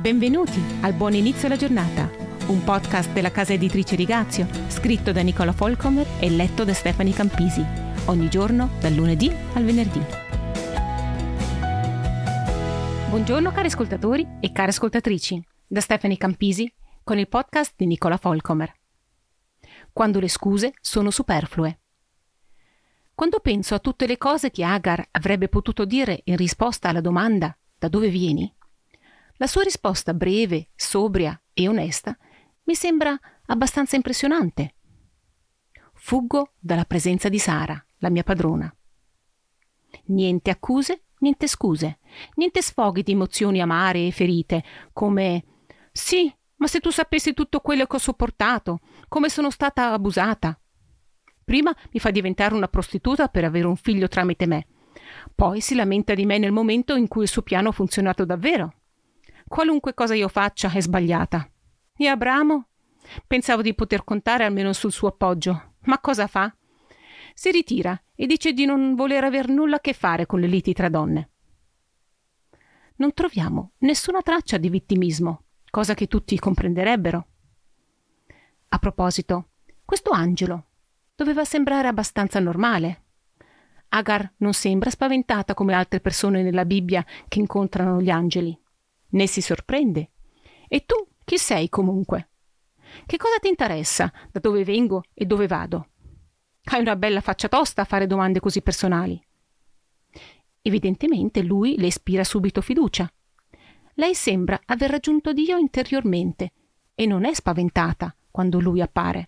Benvenuti al Buon Inizio alla Giornata, un podcast della casa editrice Rigazio, scritto da Nicola Folcomer e letto da Stephanie Campisi, ogni giorno dal lunedì al venerdì. Buongiorno cari ascoltatori e care ascoltatrici, da Stephanie Campisi con il podcast di Nicola Folcomer. Quando le scuse sono superflue. Quando penso a tutte le cose che Agar avrebbe potuto dire in risposta alla domanda «Da dove vieni?», la sua risposta breve, sobria e onesta mi sembra abbastanza impressionante. Fuggo dalla presenza di Sara, la mia padrona. Niente accuse, niente scuse, niente sfoghi di emozioni amare e ferite, come «Sì, ma se tu sapessi tutto quello che ho sopportato, come sono stata abusata». Prima mi fa diventare una prostituta per avere un figlio tramite me. Poi si lamenta di me nel momento in cui il suo piano ha funzionato davvero. Qualunque cosa io faccia è sbagliata. E Abramo? Pensavo di poter contare almeno sul suo appoggio. Ma cosa fa? Si ritira e dice di non voler aver nulla a che fare con le liti tra donne. Non troviamo nessuna traccia di vittimismo, cosa che tutti comprenderebbero. A proposito, questo angelo doveva sembrare abbastanza normale. Agar non sembra spaventata come altre persone nella Bibbia che incontrano gli angeli. Ne si sorprende. E tu chi sei comunque? Che cosa ti interessa da dove vengo e dove vado? Hai una bella faccia tosta a fare domande così personali. Evidentemente lui le ispira subito fiducia. Lei sembra aver raggiunto Dio interiormente e non è spaventata quando lui appare.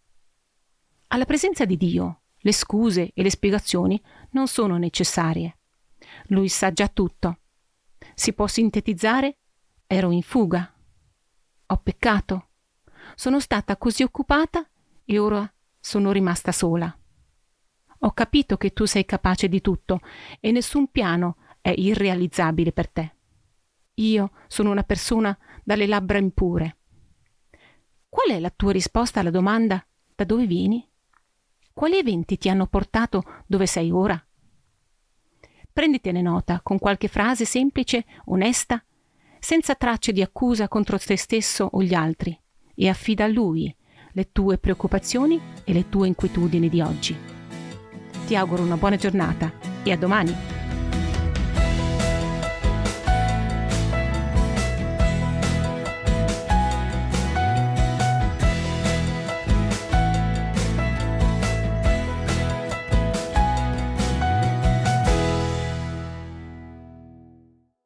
Alla presenza di Dio, le scuse e le spiegazioni non sono necessarie. Lui sa già tutto. Si può sintetizzare: ero in fuga. Ho peccato. Sono stata così occupata e ora sono rimasta sola. Ho capito che tu sei capace di tutto e nessun piano è irrealizzabile per te. Io sono una persona dalle labbra impure. Qual è la tua risposta alla domanda «Da dove vieni?» Quali eventi ti hanno portato dove sei ora? Prenditene nota con qualche frase semplice, onesta, senza tracce di accusa contro te stesso o gli altri, e affida a lui le tue preoccupazioni e le tue inquietudini di oggi. Ti auguro una buona giornata e a domani!